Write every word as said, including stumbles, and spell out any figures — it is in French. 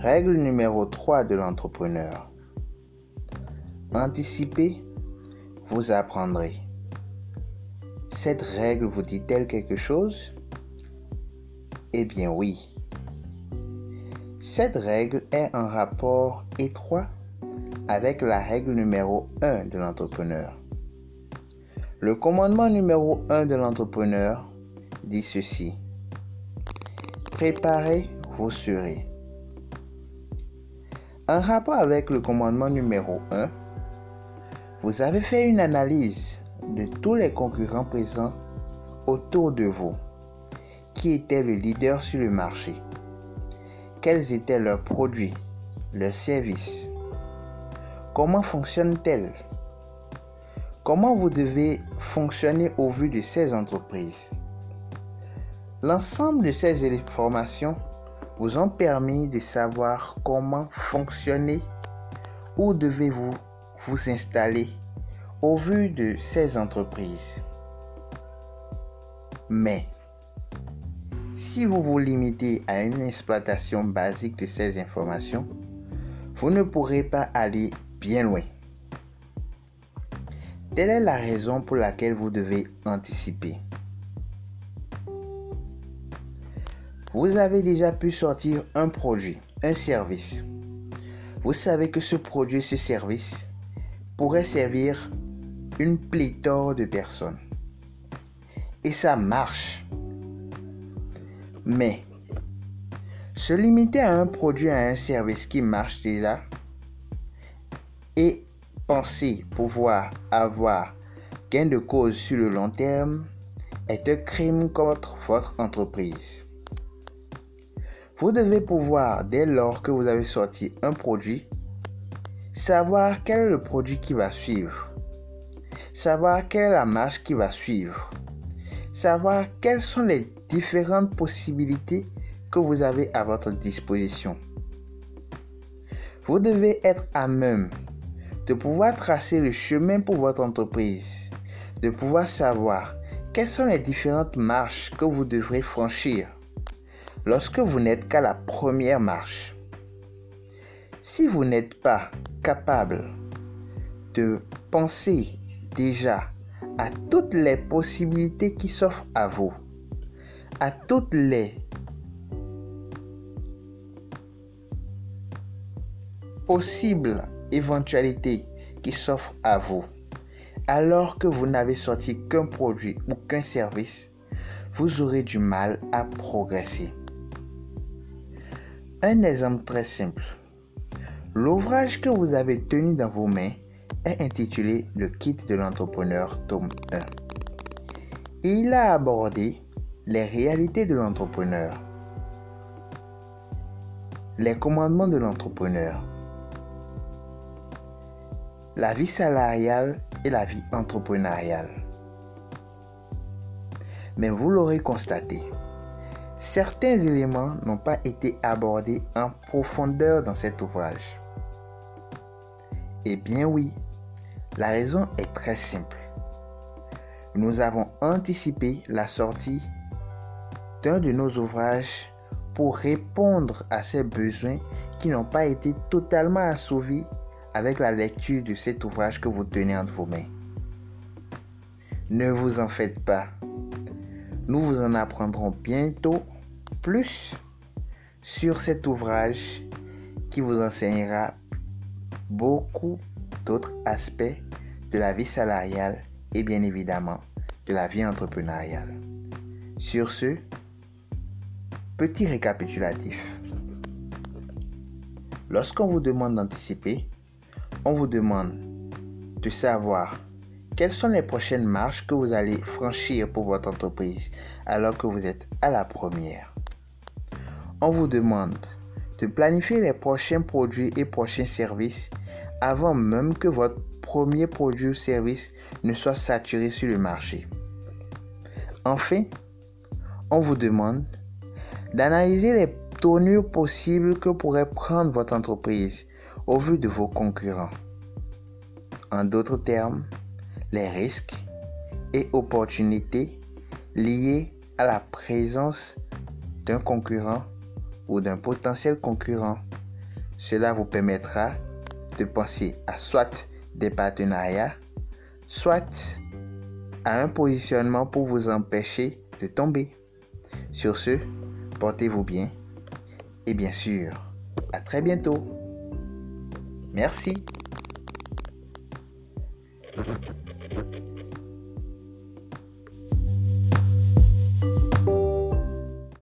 Règle numéro trois de l'entrepreneur. Anticipez, vous apprendrez. Cette règle vous dit-elle quelque chose? Eh bien oui. Cette règle est en rapport étroit avec la règle numéro un de l'entrepreneur. Le commandement numéro un de l'entrepreneur dit ceci. Préparez, vous serez. En rapport avec le commandement numéro un, vous avez fait une analyse de tous les concurrents présents autour de vous. Qui était le leader sur le marché? Quels étaient leurs produits, leurs services? Comment fonctionnent-elles? Comment vous devez fonctionner au vu de ces entreprises? L'ensemble de ces informations vous ont permis de savoir comment fonctionner, où devez-vous vous installer au vu de ces entreprises. Mais, si vous vous limitez à une exploitation basique de ces informations, vous ne pourrez pas aller bien loin. Telle est la raison pour laquelle vous devez anticiper. Vous avez déjà pu sortir un produit, un service. Vous savez que ce produit, ce service pourrait servir une pléthore de personnes. Et ça marche. Mais, se limiter à un produit, à un service qui marche déjà et penser pouvoir avoir gain de cause sur le long terme est un crime contre votre entreprise. Vous devez pouvoir, dès lors que vous avez sorti un produit, savoir quel est le produit qui va suivre, savoir quelle est la marge qui va suivre, savoir quelles sont les différentes possibilités que vous avez à votre disposition. Vous devez être à même de pouvoir tracer le chemin pour votre entreprise, de pouvoir savoir quelles sont les différentes marches que vous devrez franchir lorsque vous n'êtes qu'à la première marche. Si vous n'êtes pas capable de penser déjà à toutes les possibilités qui s'offrent à vous, à toutes les possibles éventualités qui s'offrent à vous, alors que vous n'avez sorti qu'un produit ou qu'un service, vous aurez du mal à progresser. Un exemple très simple. L'ouvrage que vous avez tenu dans vos mains est intitulé Le Kit de l'entrepreneur, tome un. Et il a abordé les réalités de l'entrepreneur, les commandements de l'entrepreneur, la vie salariale et la vie entrepreneuriale. Mais vous l'aurez constaté, certains éléments n'ont pas été abordés en profondeur dans cet ouvrage. Eh bien oui, la raison est très simple. Nous avons anticipé la sortie d'un de nos ouvrages pour répondre à ces besoins qui n'ont pas été totalement assouvis avec la lecture de cet ouvrage que vous tenez entre vos mains. Ne vous en faites pas. Nous vous en apprendrons bientôt plus sur cet ouvrage qui vous enseignera beaucoup d'autres aspects de la vie salariale et bien évidemment de la vie entrepreneuriale. Sur ce, petit récapitulatif. Lorsqu'on vous demande d'anticiper, on vous demande de savoir quelles sont les prochaines marches que vous allez franchir pour votre entreprise alors que vous êtes à la première. On vous demande de planifier les prochains produits et prochains services avant même que votre premier produit ou service ne soit saturé sur le marché. Enfin, on vous demande d'analyser les tournures possibles que pourrait prendre votre entreprise au vu de vos concurrents. En d'autres termes, les risques et opportunités liées à la présence d'un concurrent ou d'un potentiel concurrent Cela vous permettra de penser à soit des partenariats, soit à un positionnement pour vous empêcher de tomber. Sur ce, portez-vous bien et bien sûr, à très bientôt. Merci.